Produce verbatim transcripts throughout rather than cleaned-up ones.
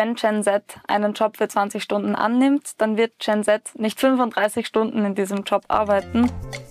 wenn Gen Z einen Job für zwanzig Stunden annimmt, dann wird Gen Z nicht fünfunddreißig Stunden in diesem Job arbeiten.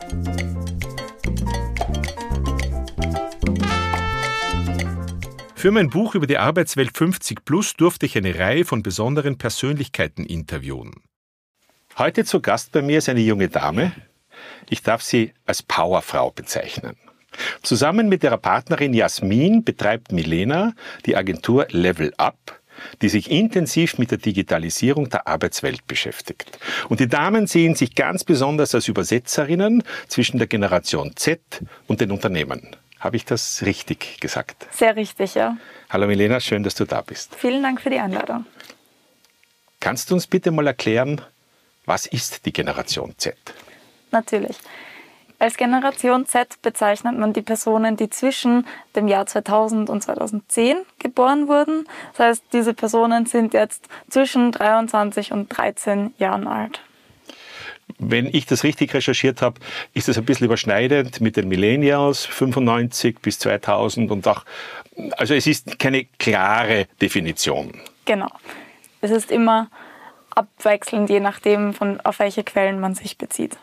Für mein Buch über die Arbeitswelt fünfzig plus durfte ich eine Reihe von besonderen Persönlichkeiten interviewen. Heute zu Gast bei mir ist eine junge Dame. Ich darf sie als Powerfrau bezeichnen. Zusammen mit ihrer Partnerin Jasmin betreibt Milena die Agentur Level Up, die sich intensiv mit der Digitalisierung der Arbeitswelt beschäftigt. Und die Damen sehen sich ganz besonders als Übersetzerinnen zwischen der Generation Z und den Unternehmen. Habe ich das richtig gesagt? Sehr richtig, ja. Hallo Milena, schön, dass du da bist. Vielen Dank für die Einladung. Kannst du uns bitte mal erklären, was ist die Generation Z? Natürlich. Als Generation Z bezeichnet man die Personen, die zwischen dem Jahr zweitausend und zweitausendzehn geboren wurden. Das heißt, diese Personen sind jetzt zwischen dreiundzwanzig und dreizehn Jahren alt. Wenn ich das richtig recherchiert habe, ist das ein bisschen überschneidend mit den Millennials, fünfundneunzig bis zweitausend und auch, also es ist keine klare Definition. Genau. Es ist immer abwechselnd, je nachdem, von, auf welche Quellen man sich bezieht.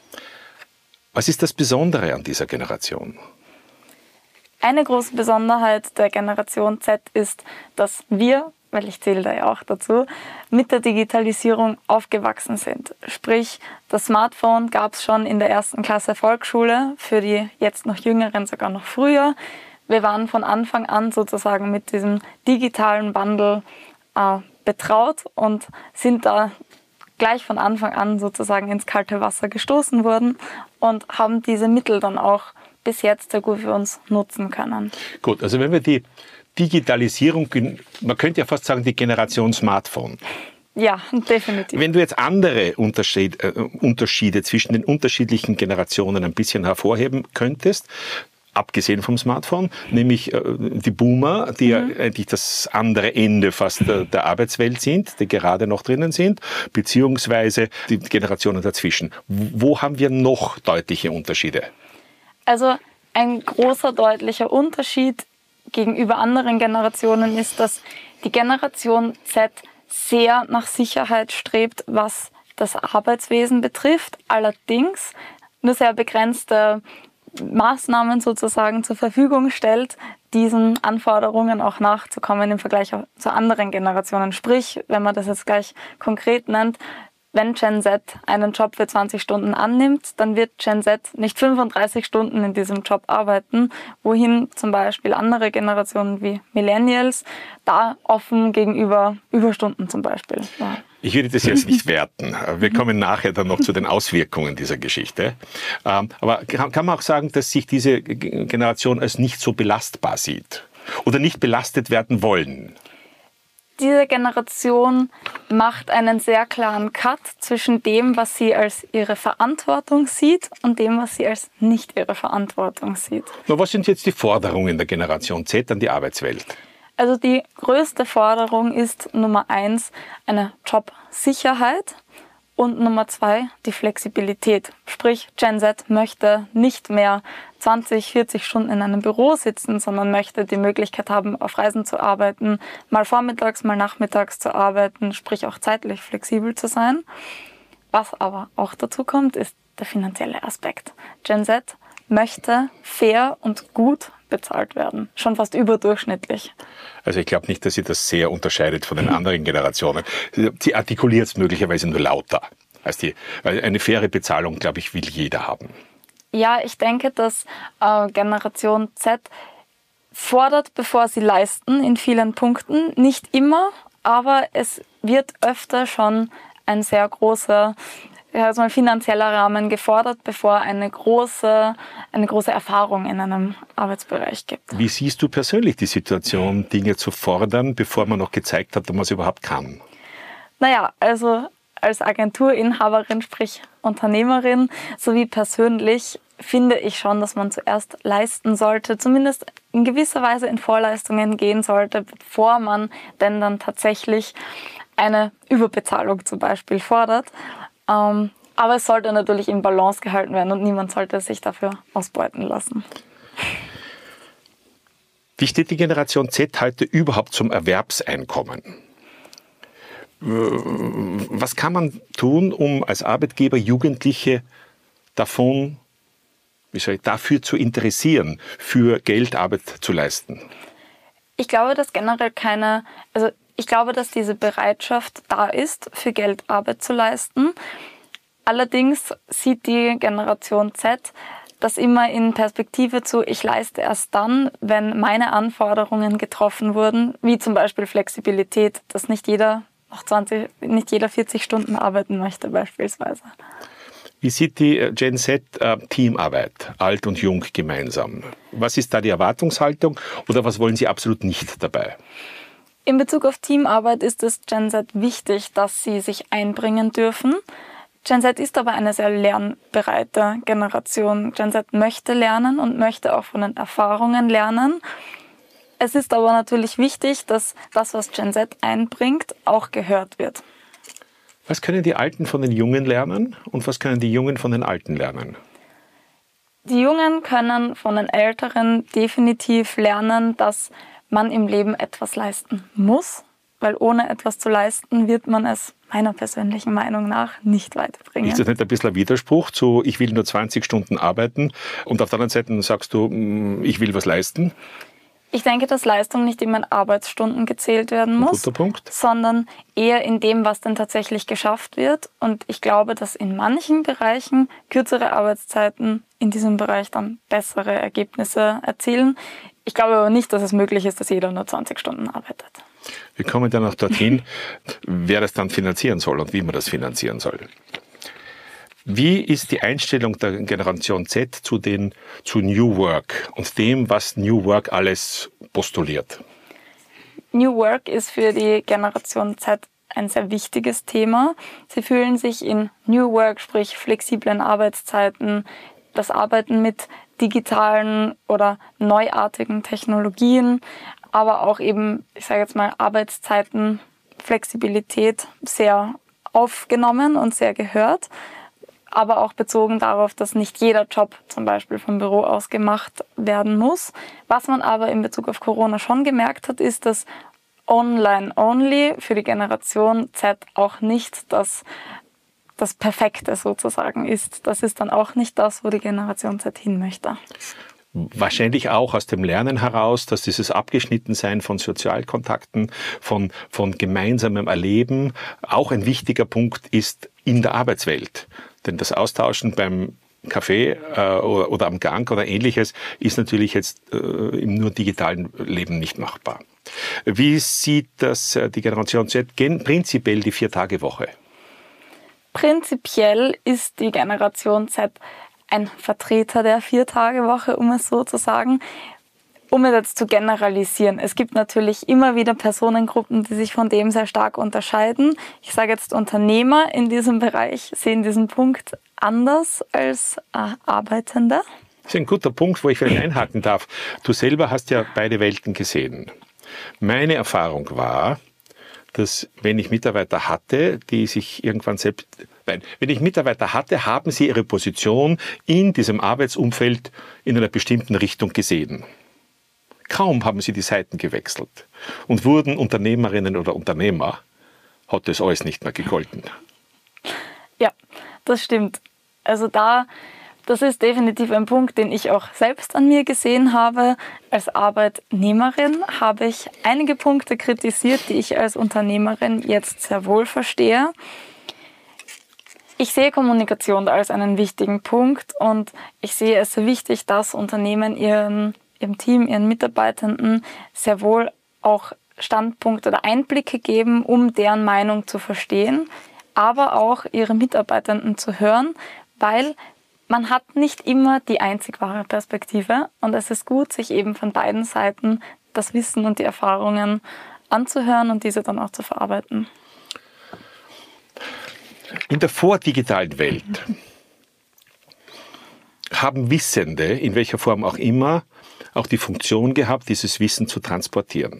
Was ist das Besondere an dieser Generation? Eine große Besonderheit der Generation Z ist, dass wir, weil ich zähle da ja auch dazu, mit der Digitalisierung aufgewachsen sind. Sprich, das Smartphone gab es schon in der ersten Klasse Volksschule, für die jetzt noch Jüngeren sogar noch früher. Wir waren von Anfang an sozusagen mit diesem digitalen Wandel äh, betraut und sind da gleich von Anfang an sozusagen ins kalte Wasser gestoßen worden und haben diese Mittel dann auch bis jetzt sehr gut für uns nutzen können. Gut, also wenn wir die Digitalisierung, man könnte ja fast sagen, die Generation Smartphone. Ja, definitiv. Wenn du jetzt andere Unterschied, äh, Unterschiede zwischen den unterschiedlichen Generationen ein bisschen hervorheben könntest, abgesehen vom Smartphone, nämlich äh, die Boomer, die mhm. ja eigentlich das andere Ende fast der, der Arbeitswelt sind, die gerade noch drinnen sind, beziehungsweise die Generationen dazwischen. Wo haben wir noch deutliche Unterschiede? Also ein großer, deutlicher Unterschied gegenüber anderen Generationen ist, dass die Generation Z sehr nach Sicherheit strebt, was das Arbeitswesen betrifft, allerdings nur sehr begrenzte Maßnahmen sozusagen zur Verfügung stellt, diesen Anforderungen auch nachzukommen im Vergleich zu anderen Generationen. Sprich, wenn man das jetzt gleich konkret nennt, wenn Gen Z einen Job für zwanzig Stunden annimmt, dann wird Gen Z nicht fünfunddreißig Stunden in diesem Job arbeiten, wohin zum Beispiel andere Generationen wie Millennials da offen gegenüber Überstunden zum Beispiel. Ja. Ich würde das jetzt nicht werten. Wir kommen nachher dann noch zu den Auswirkungen dieser Geschichte. Aber kann man auch sagen, dass sich diese Generation als nicht so belastbar sieht oder nicht belastet werden wollen? Diese Generation macht einen sehr klaren Cut zwischen dem, was sie als ihre Verantwortung sieht und dem, was sie als nicht ihre Verantwortung sieht. Na, was sind jetzt die Forderungen der Generation Z an die Arbeitswelt? Also die größte Forderung ist Nummer eins eine Jobsicherheit und Nummer zwei die Flexibilität. Sprich, Gen Z möchte nicht mehr zwanzig, vierzig Stunden in einem Büro sitzen, sondern möchte die Möglichkeit haben, auf Reisen zu arbeiten, mal vormittags, mal nachmittags zu arbeiten, sprich auch zeitlich flexibel zu sein. Was aber auch dazu kommt, ist der finanzielle Aspekt. Gen Z möchte fair und gut bezahlt werden. Schon fast überdurchschnittlich. Also ich glaube nicht, dass sie das sehr unterscheidet von den anderen Generationen. Sie artikuliert es möglicherweise nur lauter. Als die, weil eine faire Bezahlung, glaube ich, will jeder haben. Ja, ich denke, dass äh, Generation Z fordert, bevor sie leisten, in vielen Punkten. Nicht immer, aber es wird öfter schon ein sehr großer also ein finanzieller Rahmen gefordert, bevor eine große, eine große Erfahrung in einem Arbeitsbereich gibt. Wie siehst du persönlich die Situation, Dinge zu fordern, bevor man noch gezeigt hat, dass man es überhaupt kann? Naja, also als Agenturinhaberin, sprich Unternehmerin, sowie persönlich finde ich schon, dass man zuerst leisten sollte, zumindest in gewisser Weise in Vorleistungen gehen sollte, bevor man denn dann tatsächlich eine Überbezahlung zum Beispiel fordert. Ähm, aber es sollte natürlich in Balance gehalten werden und niemand sollte sich dafür ausbeuten lassen. Wie steht die Generation Z heute überhaupt zum Erwerbseinkommen? Was kann man tun, um als Arbeitgeber Jugendliche davon, wie soll ich, dafür zu interessieren, für Geld Arbeit zu leisten? Ich glaube, dass generell keine, also ich glaube, dass diese Bereitschaft da ist, für Geld Arbeit zu leisten. Allerdings sieht die Generation Z das immer in Perspektive zu, ich leiste erst dann, wenn meine Anforderungen getroffen wurden, wie zum Beispiel Flexibilität, dass nicht jeder noch zwanzig, nicht jeder vierzig Stunden arbeiten möchte beispielsweise. Wie sieht die Gen Z äh, Teamarbeit, alt und jung gemeinsam? Was ist da die Erwartungshaltung oder was wollen Sie absolut nicht dabei? In Bezug auf Teamarbeit ist es Gen Z wichtig, dass sie sich einbringen dürfen. Gen Z ist aber eine sehr lernbereite Generation. Gen Z möchte lernen und möchte auch von den Erfahrungen lernen. Es ist aber natürlich wichtig, dass das, was Gen Z einbringt, auch gehört wird. Was können die Alten von den Jungen lernen und was können die Jungen von den Alten lernen? Die Jungen können von den Älteren definitiv lernen, dass man im Leben etwas leisten muss, weil ohne etwas zu leisten, wird man es meiner persönlichen Meinung nach nicht weiterbringen. Ist das nicht ein bisschen ein Widerspruch zu, ich will nur zwanzig Stunden arbeiten und auf der anderen Seite sagst du, ich will was leisten? Ich denke, dass Leistung nicht immer in Arbeitsstunden gezählt werden muss, guter Punkt. sondern eher in dem, was dann tatsächlich geschafft wird. Und ich glaube, dass in manchen Bereichen kürzere Arbeitszeiten in diesem Bereich dann bessere Ergebnisse erzielen. Ich glaube aber nicht, dass es möglich ist, dass jeder nur zwanzig Stunden arbeitet. Wir kommen dann auch dorthin, wer das dann finanzieren soll und wie man das finanzieren soll. Wie ist die Einstellung der Generation Z zu, den, zu New Work und dem, was New Work alles postuliert? New Work ist für die Generation Z ein sehr wichtiges Thema. Sie fühlen sich in New Work, sprich flexiblen Arbeitszeiten, das Arbeiten mit digitalen oder neuartigen Technologien, aber auch eben, ich sage jetzt mal, Arbeitszeiten, Flexibilität sehr aufgenommen und sehr gehört. Aber auch bezogen darauf, dass nicht jeder Job zum Beispiel vom Büro aus gemacht werden muss. Was man aber in Bezug auf Corona schon gemerkt hat, ist, dass Online-Only für die Generation Z auch nicht das, das Perfekte sozusagen ist. Das ist dann auch nicht das, wo die Generation Z hin möchte. Wahrscheinlich auch aus dem Lernen heraus, dass dieses Abgeschnittensein von Sozialkontakten, von, von gemeinsamem Erleben auch ein wichtiger Punkt ist in der Arbeitswelt. Denn das Austauschen beim Kaffee äh, oder, oder am Gang oder Ähnliches ist natürlich jetzt äh, im nur digitalen Leben nicht machbar. Wie sieht das äh, die Generation Z gen- prinzipiell die Vier-Tage-Woche? Prinzipiell ist die Generation Z ein Vertreter der Vier-Tage-Woche, um es so zu sagen. Um es jetzt zu generalisieren, es gibt natürlich immer wieder Personengruppen, die sich von dem sehr stark unterscheiden. Ich sage jetzt, Unternehmer in diesem Bereich sehen diesen Punkt anders als äh, Arbeitende. Das ist ein guter Punkt, wo ich vielleicht einhaken darf. Du selber hast ja beide Welten gesehen. Meine Erfahrung war, dass wenn ich Mitarbeiter hatte, die sich irgendwann selbst... Nein, wenn ich Mitarbeiter hatte, haben sie ihre Position in diesem Arbeitsumfeld in einer bestimmten Richtung gesehen. Kaum haben sie die Seiten gewechselt und wurden Unternehmerinnen oder Unternehmer, hat das alles nicht mehr gegolten. Ja, das stimmt. Also da, das ist definitiv ein Punkt, den ich auch selbst an mir gesehen habe. Als Arbeitnehmerin habe ich einige Punkte kritisiert, die ich als Unternehmerin jetzt sehr wohl verstehe. Ich sehe Kommunikation als einen wichtigen Punkt und ich sehe es so wichtig, dass Unternehmen ihren ihrem Team, ihren Mitarbeitenden sehr wohl auch Standpunkte oder Einblicke geben, um deren Meinung zu verstehen, aber auch ihre Mitarbeitenden zu hören, weil man hat nicht immer die einzig wahre Perspektive und es ist gut, sich eben von beiden Seiten das Wissen und die Erfahrungen anzuhören und diese dann auch zu verarbeiten. In der vordigitalen Welt haben Wissende, in welcher Form auch immer, auch die Funktion gehabt, dieses Wissen zu transportieren.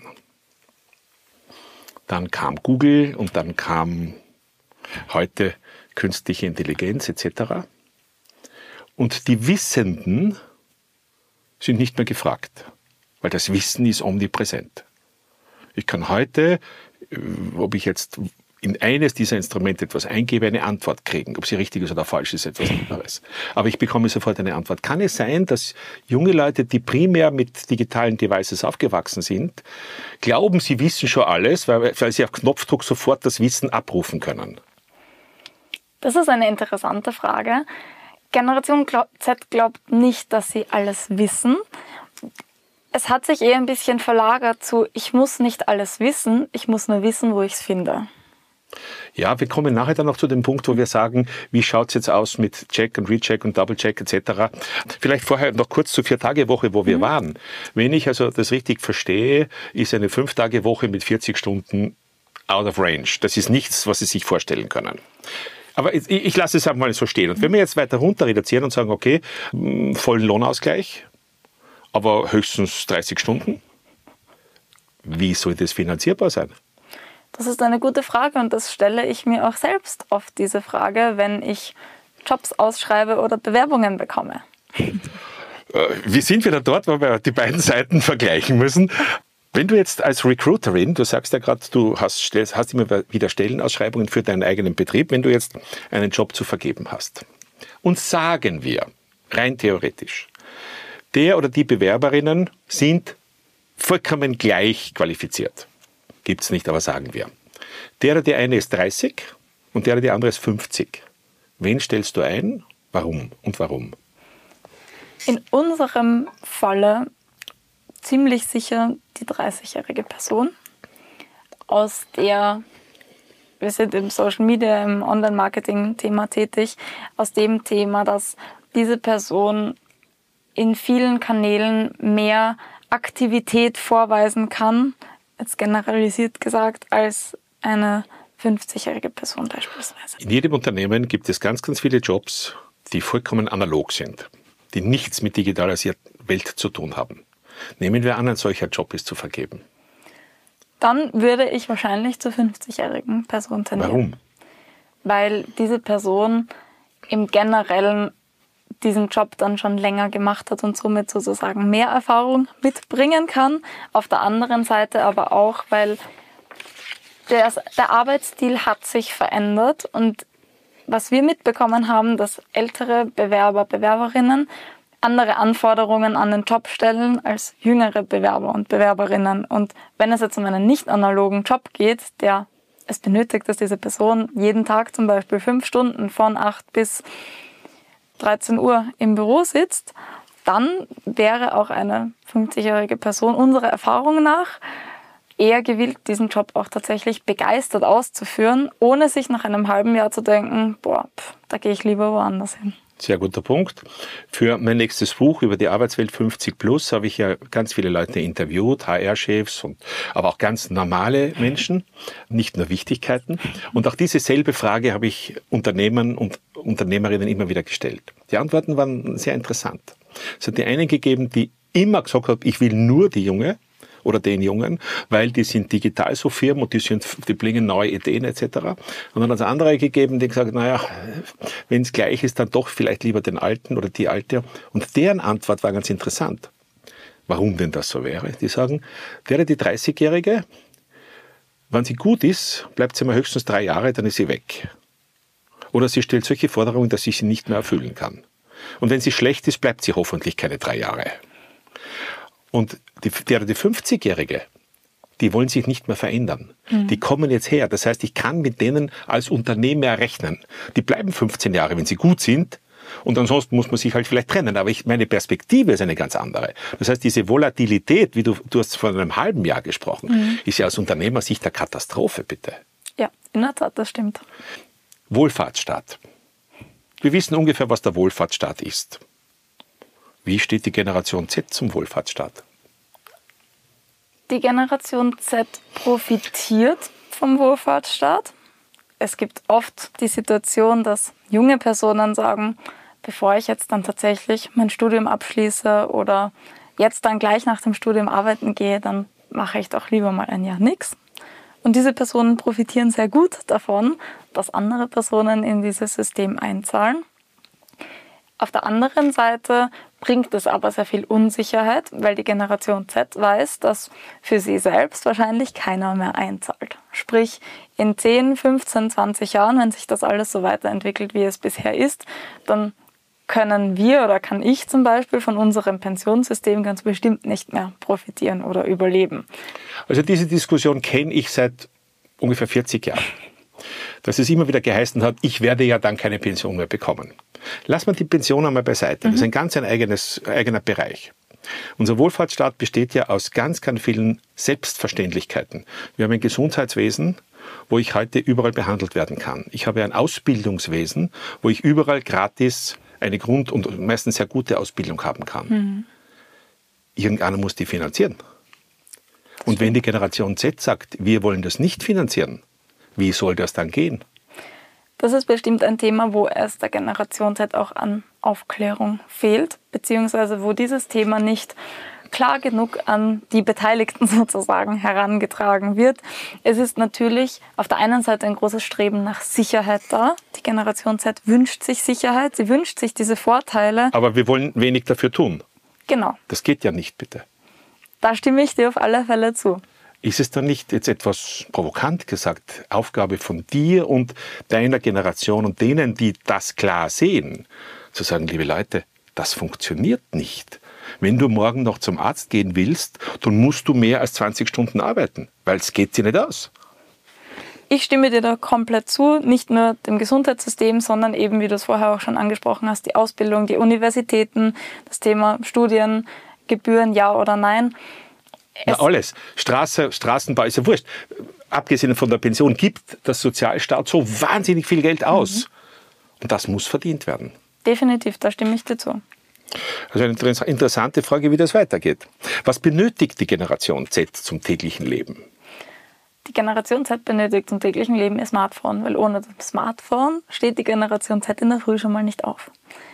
Dann kam Google und dann kam heute künstliche Intelligenz et cetera. Und die Wissenden sind nicht mehr gefragt, weil das Wissen ist omnipräsent. Ich kann heute, ob ich jetzt in eines dieser Instrumente etwas eingebe, eine Antwort kriegen. Ob sie richtig ist oder falsch ist, etwas anderes. Aber ich bekomme sofort eine Antwort. Kann es sein, dass junge Leute, die primär mit digitalen Devices aufgewachsen sind, glauben, sie wissen schon alles, weil, weil sie auf Knopfdruck sofort das Wissen abrufen können? Das ist eine interessante Frage. Generation Z glaubt nicht, dass sie alles wissen. Es hat sich eher ein bisschen verlagert zu, ich muss nicht alles wissen, ich muss nur wissen, wo ich es finde. Ja, wir kommen nachher dann noch zu dem Punkt, wo wir sagen, wie schaut es jetzt aus mit Check und Recheck und Double-Check et cetera. Vielleicht vorher noch kurz zur Vier-Tage-Woche, wo wir mhm. waren. Wenn ich also das richtig verstehe, ist eine Fünf-Tage-Woche mit vierzig Stunden out of range. Das ist nichts, was Sie sich vorstellen können. Aber ich, ich lasse es einmal so stehen. Und wenn wir jetzt weiter runter reduzieren und sagen, okay, vollen Lohnausgleich, aber höchstens dreißig Stunden, wie soll das finanzierbar sein? Das ist eine gute Frage und das stelle ich mir auch selbst oft, diese Frage, wenn ich Jobs ausschreibe oder Bewerbungen bekomme. Wie sind wir da dort, wo wir die beiden Seiten vergleichen müssen? Wenn du jetzt als Recruiterin, du sagst ja gerade, du hast, hast immer wieder Stellenausschreibungen für deinen eigenen Betrieb, wenn du jetzt einen Job zu vergeben hast. Und sagen wir, rein theoretisch, der oder die Bewerberinnen sind vollkommen gleich qualifiziert. Gibt es nicht, aber sagen wir. Der oder die eine ist dreißig und der oder die andere ist fünfzig. Wen stellst du ein? Warum und warum? In unserem Falle ziemlich sicher die dreißigjährige Person, aus der, wir sind im Social Media, im Online-Marketing-Thema tätig, aus dem Thema, dass diese Person in vielen Kanälen mehr Aktivität vorweisen kann, jetzt generalisiert gesagt, als eine fünfzigjährige Person beispielsweise. In jedem Unternehmen gibt es ganz, ganz viele Jobs, die vollkommen analog sind, die nichts mit digitalisierter Welt zu tun haben. Nehmen wir an, ein solcher Job ist zu vergeben. Dann würde ich wahrscheinlich zur fünfzigjährigen Person tendieren. Warum? Weil diese Person im Generellen diesen Job dann schon länger gemacht hat und somit sozusagen mehr Erfahrung mitbringen kann. Auf der anderen Seite aber auch, weil der, der Arbeitsstil hat sich verändert und was wir mitbekommen haben, dass ältere Bewerber, Bewerberinnen andere Anforderungen an den Job stellen als jüngere Bewerber und Bewerberinnen. Und wenn es jetzt um einen nicht analogen Job geht, der es benötigt, dass diese Person jeden Tag zum Beispiel fünf Stunden von acht bis dreizehn Uhr im Büro sitzt, dann wäre auch eine fünfzigjährige Person unserer Erfahrung nach eher gewillt, diesen Job auch tatsächlich begeistert auszuführen, ohne sich nach einem halben Jahr zu denken, boah, pff, da gehe ich lieber woanders hin. Sehr guter Punkt. Für mein nächstes Buch über die Arbeitswelt fünfzig plus habe ich ja ganz viele Leute interviewt, H R-Chefs, und aber auch ganz normale Menschen, nicht nur Wichtigkeiten. Und auch diese selbe Frage habe ich Unternehmern und Unternehmerinnen immer wieder gestellt. Die Antworten waren sehr interessant. Es hat die einen gegeben, die immer gesagt haben, ich will nur die Junge oder den Jungen, weil die sind digital so firm und die, sind, die bringen neue Ideen et cetera. Und dann hat es andere gegeben, die gesagt haben, naja, wenn es gleich ist, dann doch vielleicht lieber den Alten oder die Alte. Und deren Antwort war ganz interessant. Warum denn das so wäre? Die sagen, wäre die dreißigjährige, wenn sie gut ist, bleibt sie mal höchstens drei Jahre, dann ist sie weg. Oder sie stellt solche Forderungen, dass ich sie nicht mehr erfüllen kann. Und wenn sie schlecht ist, bleibt sie hoffentlich keine drei Jahre. Und die, der, die fünfzigjährige, die wollen sich nicht mehr verändern. Mhm. Die kommen jetzt her. Das heißt, ich kann mit denen als Unternehmer rechnen. Die bleiben fünfzehn Jahre, wenn sie gut sind. Und ansonsten muss man sich halt vielleicht trennen. Aber ich, meine Perspektive ist eine ganz andere. Das heißt, diese Volatilität, wie du, du hast von einem halben Jahr gesprochen, mhm. ist ja aus Unternehmersicht eine Katastrophe, bitte. Ja, in der Tat, das stimmt. Wohlfahrtsstaat. Wir wissen ungefähr, was der Wohlfahrtsstaat ist. Wie steht die Generation Z zum Wohlfahrtsstaat? Die Generation Z profitiert vom Wohlfahrtsstaat. Es gibt oft die Situation, dass junge Personen sagen, bevor ich jetzt dann tatsächlich mein Studium abschließe oder jetzt dann gleich nach dem Studium arbeiten gehe, dann mache ich doch lieber mal ein Jahr nichts. Und diese Personen profitieren sehr gut davon, dass andere Personen in dieses System einzahlen. Auf der anderen Seite bringt es aber sehr viel Unsicherheit, weil die Generation Z weiß, dass für sie selbst wahrscheinlich keiner mehr einzahlt. Sprich, in zehn, fünfzehn, zwanzig Jahren, wenn sich das alles so weiterentwickelt, wie es bisher ist, dann können wir oder kann ich zum Beispiel von unserem Pensionssystem ganz bestimmt nicht mehr profitieren oder überleben. Also diese Diskussion kenne ich seit ungefähr vierzig Jahren. Dass es immer wieder geheißen hat, ich werde ja dann keine Pension mehr bekommen. Lass mal die Pension einmal beiseite. Das ist ein ganz ein eigenes, eigener Bereich. Unser Wohlfahrtsstaat besteht ja aus ganz, ganz vielen Selbstverständlichkeiten. Wir haben ein Gesundheitswesen, wo ich heute überall behandelt werden kann. Ich habe ein Ausbildungswesen, wo ich überall gratis eine Grund- und meistens sehr gute Ausbildung haben kann. Mhm. Irgendeiner muss die finanzieren. Und wenn die Generation Z sagt, wir wollen das nicht finanzieren, wie soll das dann gehen? Das ist bestimmt ein Thema, wo es der Generation Z auch an Aufklärung fehlt, beziehungsweise wo dieses Thema nicht klar genug an die Beteiligten sozusagen herangetragen wird. Es ist natürlich auf der einen Seite ein großes Streben nach Sicherheit da. Die Generation Z wünscht sich Sicherheit, sie wünscht sich diese Vorteile. Aber wir wollen wenig dafür tun. Genau. Das geht ja nicht, bitte. Da stimme ich dir auf alle Fälle zu. Ist es dann nicht jetzt etwas provokant gesagt, Aufgabe von dir und deiner Generation und denen, die das klar sehen, zu sagen, liebe Leute, das funktioniert nicht. Wenn du morgen noch zum Arzt gehen willst, dann musst du mehr als zwanzig Stunden arbeiten, weil es geht dir nicht aus. Ich stimme dir da komplett zu, nicht nur dem Gesundheitssystem, sondern eben, wie du es vorher auch schon angesprochen hast, die Ausbildung, die Universitäten, das Thema Studiengebühren, ja oder nein. Na, alles. Straße, Straßenbau ist ja wurscht. Abgesehen von der Pension gibt der Sozialstaat so wahnsinnig viel Geld aus. Mhm. Und das muss verdient werden. Definitiv, da stimme ich dir zu. Also eine interessante Frage, wie das weitergeht. Was benötigt die Generation Z zum täglichen Leben? Die Generation Z benötigt zum täglichen Leben ihr Smartphone, weil ohne das Smartphone steht die Generation Z in der Früh schon mal nicht auf.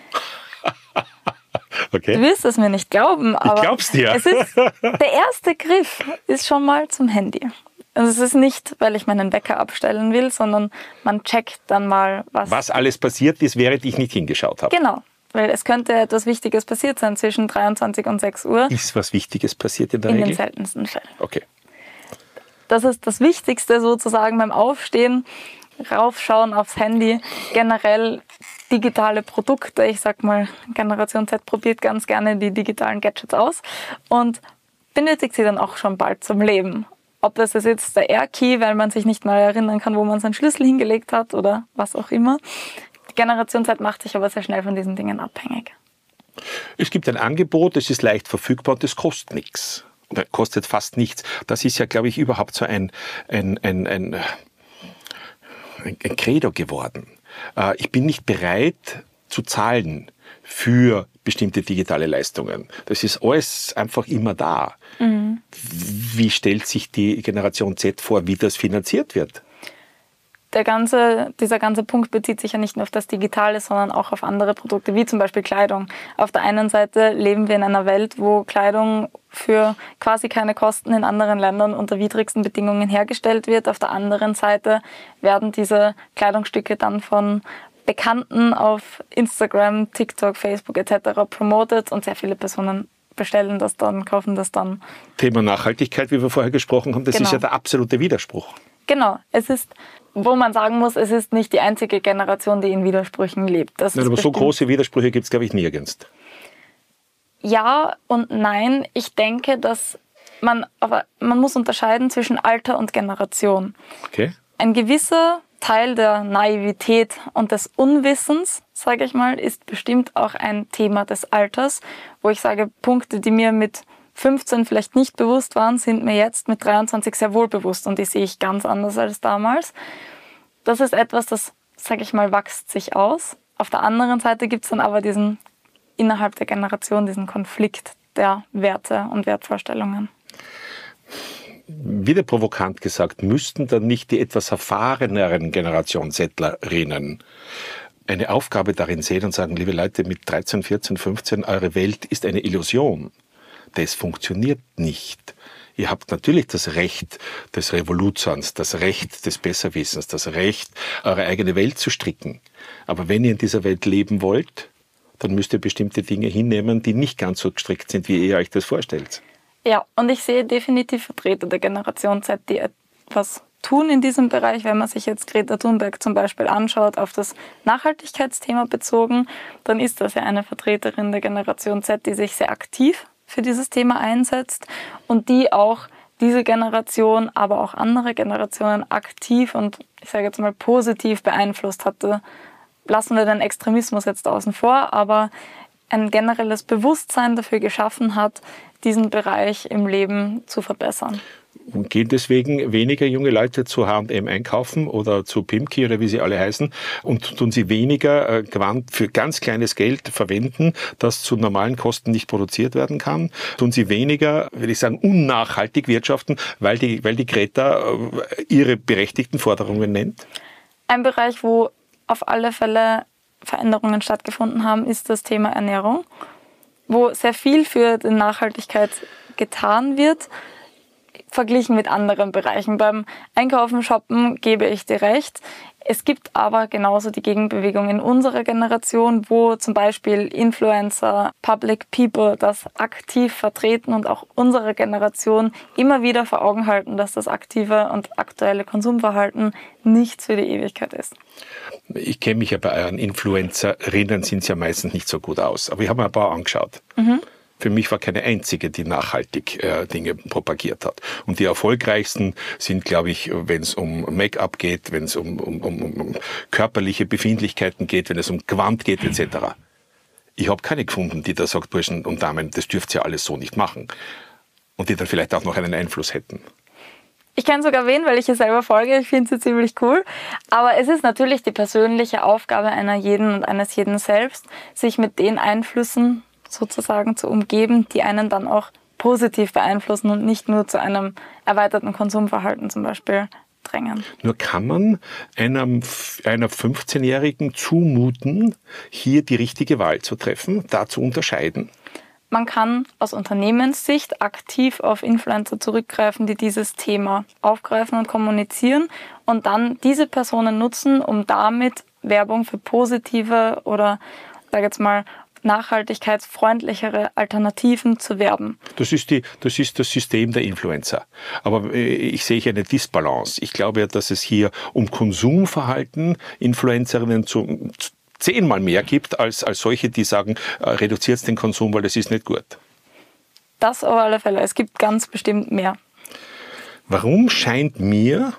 Okay. Du wirst es mir nicht glauben, aber ich glaub's dir. Es ist, der erste Griff ist schon mal zum Handy. Also es ist nicht, weil ich meinen Wecker abstellen will, sondern man checkt dann mal, was... Was alles passiert ist, während ich nicht hingeschaut habe. Genau, weil es könnte etwas Wichtiges passiert sein zwischen dreiundzwanzig und sechs Uhr. Ist was Wichtiges passiert in der in Regel? In den seltensten Fällen. Okay. Das ist das Wichtigste sozusagen beim Aufstehen, raufschauen aufs Handy, generell digitale Produkte. Ich sag mal, Generation Z probiert ganz gerne die digitalen Gadgets aus und benötigt sie dann auch schon bald zum Leben. Ob das ist jetzt der Air-Key, weil man sich nicht mal erinnern kann, wo man seinen Schlüssel hingelegt hat oder was auch immer. Die Generation Z macht sich aber sehr schnell von diesen Dingen abhängig. Es gibt ein Angebot, es ist leicht verfügbar und es kostet nichts. Oder kostet fast nichts. Das ist ja, glaube ich, überhaupt so ein, ein, ein, ein, ein, ein Credo geworden. Äh, ich bin nicht bereit zu zahlen für bestimmte digitale Leistungen. Das ist alles einfach immer da. Mhm. Wie stellt sich die Generation Z vor, wie das finanziert wird? Der ganze, dieser ganze Punkt bezieht sich ja nicht nur auf das Digitale, sondern auch auf andere Produkte, wie zum Beispiel Kleidung. Auf der einen Seite leben wir in einer Welt, wo Kleidung für quasi keine Kosten in anderen Ländern unter widrigsten Bedingungen hergestellt wird. Auf der anderen Seite werden diese Kleidungsstücke dann von Bekannten auf Instagram, TikTok, Facebook et cetera promotet und sehr viele Personen bestellen das dann, kaufen das dann. Thema Nachhaltigkeit, wie wir vorher gesprochen haben, das genau. ist ja der absolute Widerspruch. Genau, es ist, wo man sagen muss, es ist nicht die einzige Generation, die in Widersprüchen lebt. Das Nein, ist aber so große Widersprüche gibt es, glaube ich, nirgends. Ja und nein. Ich denke, dass man, aber man muss unterscheiden zwischen Alter und Generation. Okay. Ein gewisser Teil der Naivität und des Unwissens, sage ich mal, ist bestimmt auch ein Thema des Alters, wo ich sage, Punkte, die mir mit fünfzehn vielleicht nicht bewusst waren, sind mir jetzt mit dreiundzwanzig sehr wohl bewusst und die sehe ich ganz anders als damals. Das ist etwas, das, sage ich mal, wächst sich aus. Auf der anderen Seite gibt es dann aber diesen, innerhalb der Generation, diesen Konflikt der Werte und Wertvorstellungen. Wieder provokant gesagt, müssten dann nicht die etwas erfahreneren Generation Zettlerinnen eine Aufgabe darin sehen und sagen, liebe Leute, mit dreizehn, vierzehn, fünfzehn, eure Welt ist eine Illusion. Das funktioniert nicht. Ihr habt natürlich das Recht des Revoluzans, das Recht des Besserwissens, das Recht, eure eigene Welt zu stricken. Aber wenn ihr in dieser Welt leben wollt, dann müsst ihr bestimmte Dinge hinnehmen, die nicht ganz so gestrickt sind, wie ihr euch das vorstellt. Ja, und ich sehe definitiv Vertreter der Generation Z, die etwas tun in diesem Bereich. Wenn man sich jetzt Greta Thunberg zum Beispiel anschaut, auf das Nachhaltigkeitsthema bezogen, dann ist das ja eine Vertreterin der Generation Z, die sich sehr aktiv für dieses Thema einsetzt und die auch diese Generation, aber auch andere Generationen aktiv und ich sage jetzt mal positiv beeinflusst hatte. Lassen wir den Extremismus jetzt außen vor, aber ein generelles Bewusstsein dafür geschaffen hat, diesen Bereich im Leben zu verbessern. Und gehen deswegen weniger junge Leute zu H und M einkaufen oder zu Pimki oder wie sie alle heißen und tun sie weniger äh, Gewand für ganz kleines Geld verwenden, das zu normalen Kosten nicht produziert werden kann? Tun sie weniger, würde ich sagen, unnachhaltig wirtschaften, weil die, weil die Greta äh, ihre berechtigten Forderungen nennt? Ein Bereich, wo auf alle Fälle Veränderungen stattgefunden haben, ist das Thema Ernährung, wo sehr viel für die Nachhaltigkeit getan wird, verglichen mit anderen Bereichen. Beim Einkaufen, Shoppen gebe ich dir recht. Es gibt aber genauso die Gegenbewegung in unserer Generation, wo zum Beispiel Influencer, Public People das aktiv vertreten und auch unsere Generation immer wieder vor Augen halten, dass das aktive und aktuelle Konsumverhalten nichts für die Ewigkeit ist. Ich kenne mich ja bei euren Influencerinnen, sind es ja meistens nicht so gut aus. Aber ich habe mir ein paar angeschaut. Mhm. Für mich war keine einzige, die nachhaltig äh, Dinge propagiert hat. Und die erfolgreichsten sind, glaube ich, wenn es um Make-up geht, wenn es um, um, um, um körperliche Befindlichkeiten geht, wenn es um Gewand geht et cetera. Ich habe keine gefunden, die da sagt, Burschen und Damen, das dürft ihr alles so nicht machen. Und die dann vielleicht auch noch einen Einfluss hätten. Ich kenne sogar wen, weil ich es selber folge. Ich finde sie ziemlich cool. Aber es ist natürlich die persönliche Aufgabe einer jeden und eines jeden selbst, sich mit den Einflüssen sozusagen zu umgeben, die einen dann auch positiv beeinflussen und nicht nur zu einem erweiterten Konsumverhalten zum Beispiel drängen. Nur kann man einem, einer fünfzehnjährigen zumuten, hier die richtige Wahl zu treffen, da zu unterscheiden? Man kann aus Unternehmenssicht aktiv auf Influencer zurückgreifen, die dieses Thema aufgreifen und kommunizieren und dann diese Personen nutzen, um damit Werbung für positive oder, sag jetzt mal, nachhaltigkeitsfreundlichere Alternativen zu werben. Das ist, die, das ist das System der Influencer. Aber ich sehe hier eine Disbalance. Ich glaube ja, dass es hier um Konsumverhalten Influencerinnen zu, zu zehnmal mehr gibt, als, als solche, die sagen, äh, reduziert den Konsum, weil das ist nicht gut. Das auf alle Fälle. Es gibt ganz bestimmt mehr. Warum scheint mir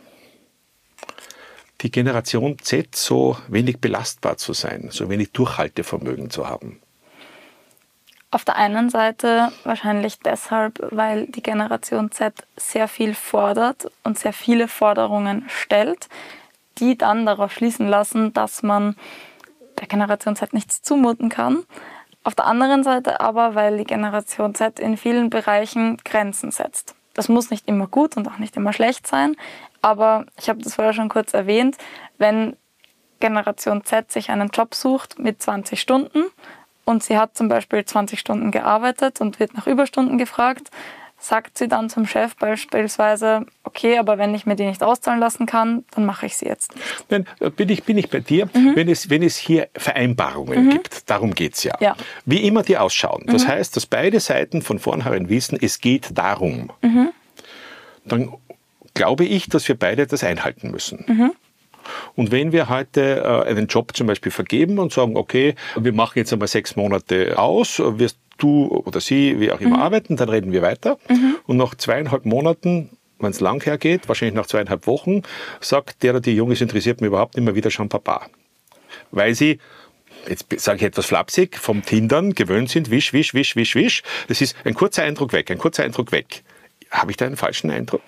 die Generation Z so wenig belastbar zu sein, so wenig Durchhaltevermögen zu haben? Auf der einen Seite wahrscheinlich deshalb, weil die Generation Z sehr viel fordert und sehr viele Forderungen stellt, die dann darauf schließen lassen, dass man der Generation Z nichts zumuten kann. Auf der anderen Seite aber, weil die Generation Z in vielen Bereichen Grenzen setzt. Das muss nicht immer gut und auch nicht immer schlecht sein, aber ich habe das vorher schon kurz erwähnt, wenn Generation Z sich einen Job sucht mit zwanzig Stunden und sie hat zum Beispiel zwanzig Stunden gearbeitet und wird nach Überstunden gefragt, sagt sie dann zum Chef beispielsweise, okay, aber wenn ich mir die nicht auszahlen lassen kann, dann mache ich sie jetzt nicht. Nein, bin ich, bin ich bei dir. Mhm. Wenn, es, wenn es hier Vereinbarungen mhm. gibt, darum geht es ja. ja. Wie immer die ausschauen. Das mhm. heißt, dass beide Seiten von vornherein wissen, es geht darum. Mhm. Dann glaube ich, dass wir beide das einhalten müssen. Mhm. Und wenn wir heute äh, einen Job zum Beispiel vergeben und sagen, okay, wir machen jetzt einmal sechs Monate aus, wirst du oder sie, wie auch immer, mhm. arbeiten, dann reden wir weiter. Mhm. Und nach zweieinhalb Monaten, wenn es lang hergeht, wahrscheinlich nach zweieinhalb Wochen, sagt der oder die Junge, es interessiert mich überhaupt nicht mehr, wieder schon Papa. Weil sie, jetzt sage ich etwas flapsig, vom Tindern gewöhnt sind, wisch, wisch, wisch, wisch, wisch. Das ist ein kurzer Eindruck weg, ein kurzer Eindruck weg. Habe ich da einen falschen Eindruck?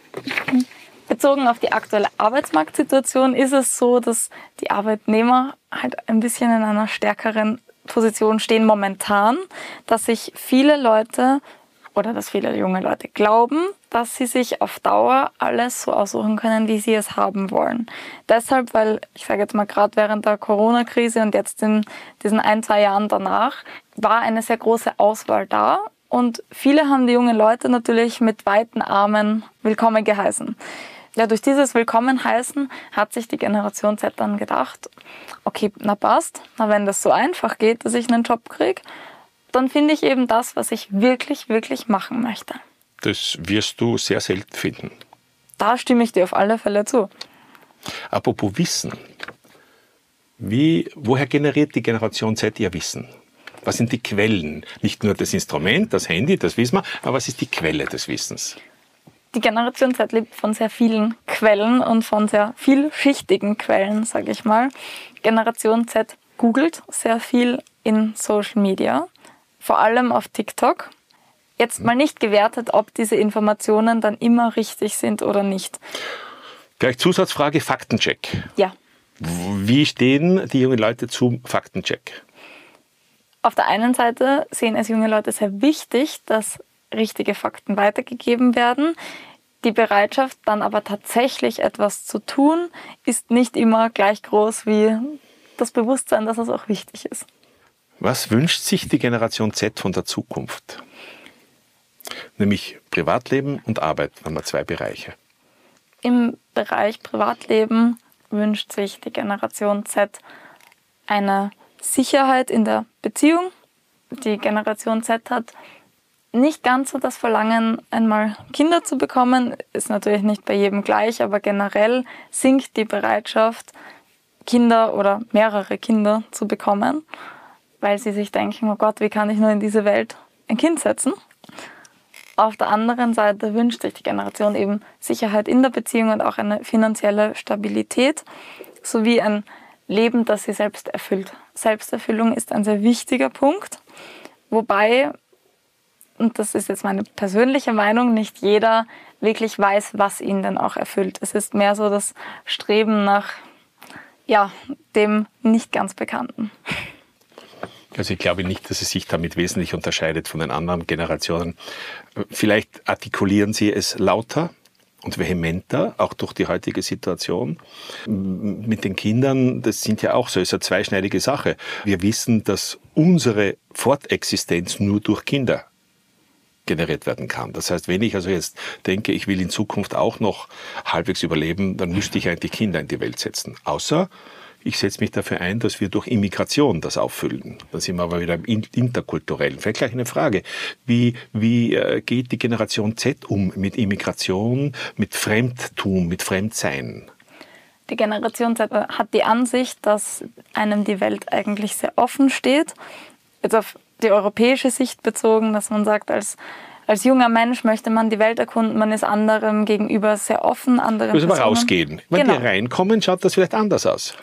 Bezogen auf die aktuelle Arbeitsmarktsituation ist es so, dass die Arbeitnehmer halt ein bisschen in einer stärkeren Position stehen momentan, dass sich viele Leute oder dass viele junge Leute glauben, dass sie sich auf Dauer alles so aussuchen können, wie sie es haben wollen. Deshalb, weil, ich sage jetzt mal gerade während der Corona-Krise und jetzt in diesen ein, zwei Jahren danach, war eine sehr große Auswahl da. Und viele haben die jungen Leute natürlich mit weiten Armen willkommen geheißen. ja, durch dieses Willkommenheißen hat sich die Generation Z dann gedacht, okay, na passt, na wenn das so einfach geht, dass ich einen Job kriege, dann finde ich eben das, was ich wirklich, wirklich machen möchte. Das wirst du sehr selten finden. Da stimme ich dir auf alle Fälle zu. Apropos Wissen. Wie, woher generiert die Generation Z ihr Wissen? Was sind die Quellen? Nicht nur das Instrument, das Handy, das wissen wir, aber was ist die Quelle des Wissens? Die Generation Z lebt von sehr vielen Quellen und von sehr vielschichtigen Quellen, sage ich mal. Generation Z googelt sehr viel in Social Media, vor allem auf TikTok. Jetzt mal nicht gewertet, ob diese Informationen dann immer richtig sind oder nicht. Gleich Zusatzfrage, Faktencheck. Ja. Wie stehen die jungen Leute zum Faktencheck? Auf der einen Seite sehen es junge Leute sehr wichtig, dass richtige Fakten weitergegeben werden. Die Bereitschaft, dann aber tatsächlich etwas zu tun, ist nicht immer gleich groß wie das Bewusstsein, dass es auch wichtig ist. Was wünscht sich die Generation Z von der Zukunft? Nämlich Privatleben und Arbeit, haben wir zwei Bereiche. Im Bereich Privatleben wünscht sich die Generation Z eine Sicherheit in der Beziehung. Die Generation Z hat nicht ganz so das Verlangen, einmal Kinder zu bekommen. Ist natürlich nicht bei jedem gleich, aber generell sinkt die Bereitschaft, Kinder oder mehrere Kinder zu bekommen, weil sie sich denken, oh Gott, wie kann ich nur in diese Welt ein Kind setzen? Auf der anderen Seite wünscht sich die Generation eben Sicherheit in der Beziehung und auch eine finanzielle Stabilität sowie ein Leben, das sie selbst erfüllt. Selbsterfüllung ist ein sehr wichtiger Punkt, wobei, und das ist jetzt meine persönliche Meinung, nicht jeder wirklich weiß, was ihn denn auch erfüllt. Es ist mehr so das Streben nach ja, dem nicht ganz Bekannten. Also ich glaube nicht, dass es sich damit wesentlich unterscheidet von den anderen Generationen. Vielleicht artikulieren Sie es lauter und vehementer, auch durch die heutige Situation. Mit den Kindern, das sind ja auch so, ist eine zweischneidige Sache. Wir wissen, dass unsere Fortexistenz nur durch Kinder generiert werden kann. Das heißt, wenn ich also jetzt denke, ich will in Zukunft auch noch halbwegs überleben, dann müsste ich eigentlich Kinder in die Welt setzen. Außer ich setze mich dafür ein, dass wir durch Immigration das auffüllen. Dann sind wir aber wieder im Interkulturellen. Vielleicht gleich eine Frage. Wie, wie äh, geht die Generation Z um mit Immigration, mit Fremdtum, mit Fremdsein? Die Generation Z hat die Ansicht, dass einem die Welt eigentlich sehr offen steht. Jetzt auf die europäische Sicht bezogen, dass man sagt, als Als junger Mensch möchte man die Welt erkunden, man ist anderem gegenüber sehr offen. Anderen Müssen wir Personen. rausgehen. Wenn genau. wir reinkommen, schaut das vielleicht anders aus.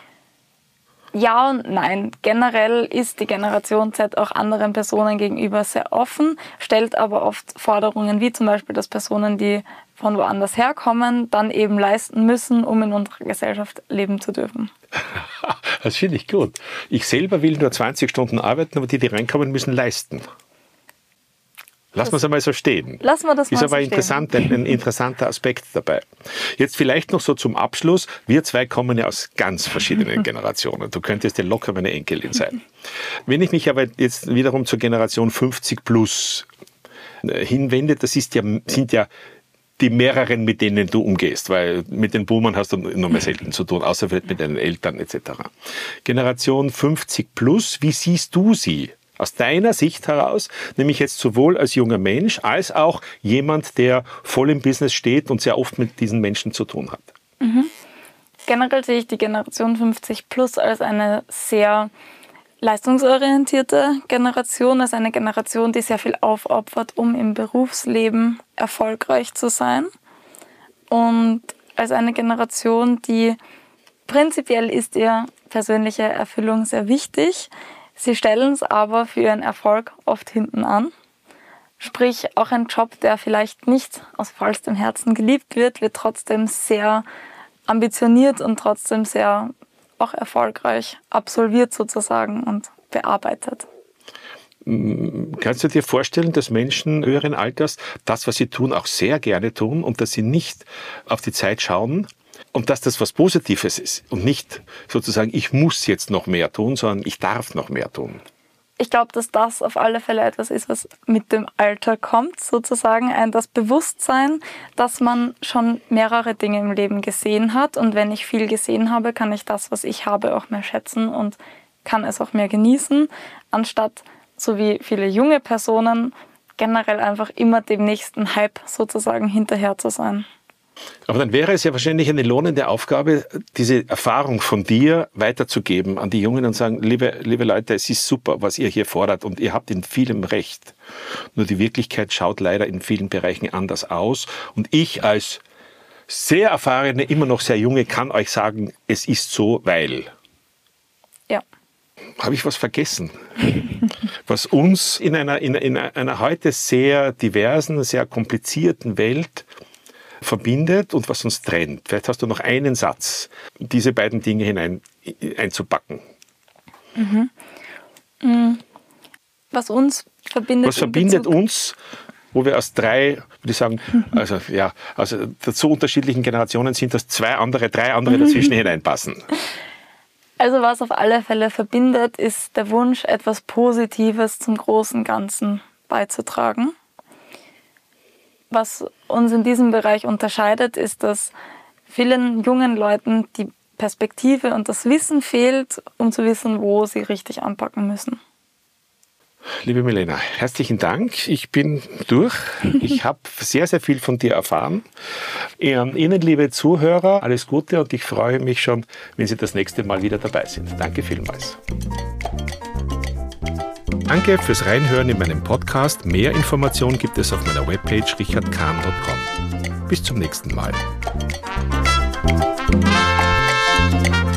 Ja und nein. Generell ist die Generation Z auch anderen Personen gegenüber sehr offen, stellt aber oft Forderungen, wie zum Beispiel, dass Personen, die von woanders herkommen, dann eben leisten müssen, um in unserer Gesellschaft leben zu dürfen. Das finde ich gut. Ich selber will nur zwanzig Stunden arbeiten, aber die, die reinkommen, müssen leisten. Lassen wir es einmal so stehen. Lassen wir das mal ist aber so interessant, ein, ein interessanter Aspekt dabei. Jetzt vielleicht noch so zum Abschluss. Wir zwei kommen ja aus ganz verschiedenen Generationen. Du könntest ja locker meine Enkelin sein. Wenn ich mich aber jetzt wiederum zur Generation fünfzig plus hinwende, das ist ja, sind ja die mehreren, mit denen du umgehst, weil mit den Boomern hast du nur mehr selten zu tun, außer vielleicht mit deinen Eltern et cetera. Generation fünfzig plus, wie siehst du sie? Aus deiner Sicht heraus, nämlich jetzt sowohl als junger Mensch, als auch jemand, der voll im Business steht und sehr oft mit diesen Menschen zu tun hat. Mhm. Generell sehe ich die Generation fünfzig plus als eine sehr leistungsorientierte Generation, als eine Generation, die sehr viel aufopfert, um im Berufsleben erfolgreich zu sein. Und als eine Generation, die prinzipiell ist ihr persönliche Erfüllung sehr wichtig. Sie stellen es aber für ihren Erfolg oft hinten an. Sprich, auch ein Job, der vielleicht nicht aus vollstem Herzen geliebt wird, wird trotzdem sehr ambitioniert und trotzdem sehr auch erfolgreich absolviert sozusagen und bearbeitet. Kannst du dir vorstellen, dass Menschen höheren Alters das, was sie tun, auch sehr gerne tun und dass sie nicht auf die Zeit schauen? Und dass das was Positives ist und nicht sozusagen, ich muss jetzt noch mehr tun, sondern ich darf noch mehr tun. ich glaube, dass das auf alle Fälle etwas ist, was mit dem Alter kommt, sozusagen. Ein das Bewusstsein, dass man schon mehrere Dinge im Leben gesehen hat. Und wenn ich viel gesehen habe, kann ich das, was ich habe, auch mehr schätzen und kann es auch mehr genießen, anstatt, so wie viele junge Personen, generell einfach immer dem nächsten Hype sozusagen hinterher zu sein. Aber dann wäre es ja wahrscheinlich eine lohnende Aufgabe, diese Erfahrung von dir weiterzugeben an die Jungen und sagen, liebe, liebe Leute, es ist super, was ihr hier fordert und ihr habt in vielem recht. Nur die Wirklichkeit schaut leider in vielen Bereichen anders aus. Und ich als sehr erfahrene, immer noch sehr junge, kann euch sagen, es ist so, weil. Ja. Habe ich was vergessen? Was uns in einer, in, in einer heute sehr diversen, sehr komplizierten Welt verbindet und was uns trennt. Vielleicht hast du noch einen Satz, diese beiden Dinge hinein einzupacken. Mhm. Was uns verbindet. Was verbindet uns, wo wir aus drei, würde ich sagen, also ja, also so unterschiedlichen Generationen sind, dass zwei andere, drei andere dazwischen hineinpassen. Also was auf alle Fälle verbindet, ist der Wunsch, etwas Positives zum großen Ganzen beizutragen. Was uns in diesem Bereich unterscheidet, ist, dass vielen jungen Leuten die Perspektive und das Wissen fehlt, um zu wissen, wo sie richtig anpacken müssen. Liebe Milena, herzlichen Dank. Ich bin durch. Ich habe sehr, sehr viel von dir erfahren. Ihnen, liebe Zuhörer, alles Gute und ich freue mich schon, wenn Sie das nächste Mal wieder dabei sind. Danke vielmals. Danke fürs Reinhören in meinem Podcast. Mehr Informationen gibt es auf meiner Webpage richard kahn punkt com. Bis zum nächsten Mal.